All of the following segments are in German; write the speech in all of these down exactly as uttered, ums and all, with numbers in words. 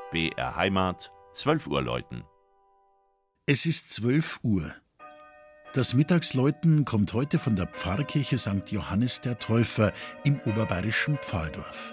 B R Heimat, zwölf Uhr läuten. Es ist zwölf Uhr. Das Mittagsläuten kommt heute von der Pfarrkirche Sankt Johannes der Täufer im oberbayerischen Pfahldorf.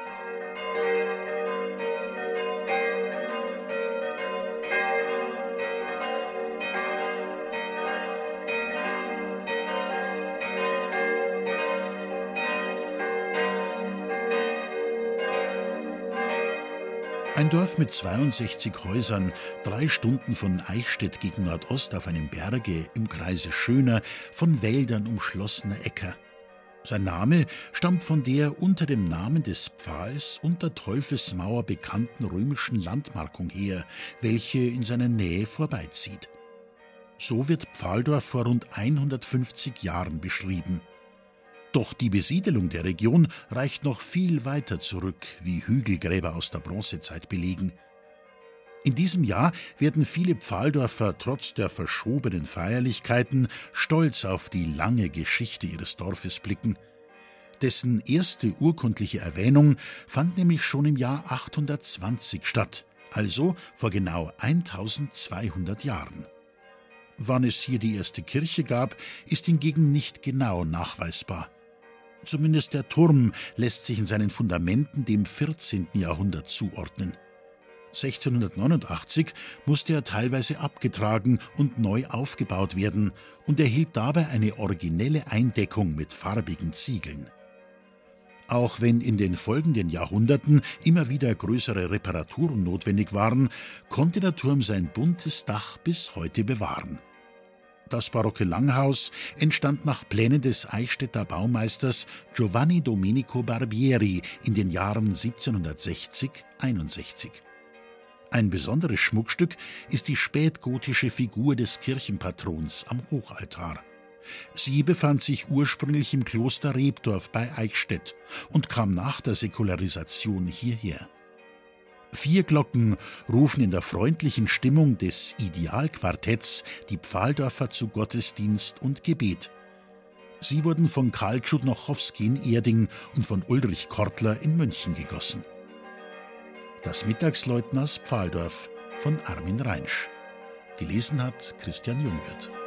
Ein Dorf mit zweiundsechzig Häusern, drei Stunden von Eichstätt gegen Nordost auf einem Berge im Kreise schöner, von Wäldern umschlossener Äcker. Sein Name stammt von der unter dem Namen des Pfahls und der Teufelsmauer bekannten römischen Landmarkung her, welche in seiner Nähe vorbeizieht. So wird Pfahldorf vor rund hundertfünfzig Jahren beschrieben. Doch die Besiedelung der Region reicht noch viel weiter zurück, wie Hügelgräber aus der Bronzezeit belegen. In diesem Jahr werden viele Pfahldorfer trotz der verschobenen Feierlichkeiten stolz auf die lange Geschichte ihres Dorfes blicken. Dessen erste urkundliche Erwähnung fand nämlich schon im Jahr achthundertzwanzig statt, also vor genau eintausendzweihundert Jahren. Wann es hier die erste Kirche gab, ist hingegen nicht genau nachweisbar. Zumindest der Turm lässt sich in seinen Fundamenten dem vierzehnten Jahrhundert zuordnen. sechzehnhundertneunundachtzig musste er teilweise abgetragen und neu aufgebaut werden und erhielt dabei eine originelle Eindeckung mit farbigen Ziegeln. Auch wenn in den folgenden Jahrhunderten immer wieder größere Reparaturen notwendig waren, konnte der Turm sein buntes Dach bis heute bewahren. Das barocke Langhaus entstand nach Plänen des Eichstätter Baumeisters Giovanni Domenico Barbieri in den Jahren siebzehnhundertsechzig bis einundsechzig. Ein besonderes Schmuckstück ist die spätgotische Figur des Kirchenpatrons am Hochaltar. Sie befand sich ursprünglich im Kloster Rebdorf bei Eichstätt und kam nach der Säkularisation hierher. Vier Glocken rufen in der freundlichen Stimmung des Idealquartetts die Pfahldorfer zu Gottesdienst und Gebet. Sie wurden von Karl Tschudnochowski in Erding und von Ulrich Kortler in München gegossen. Das Mittagsläuten aus Pfahldorf von Armin Reinsch. Gelesen hat Christian Jungwirth.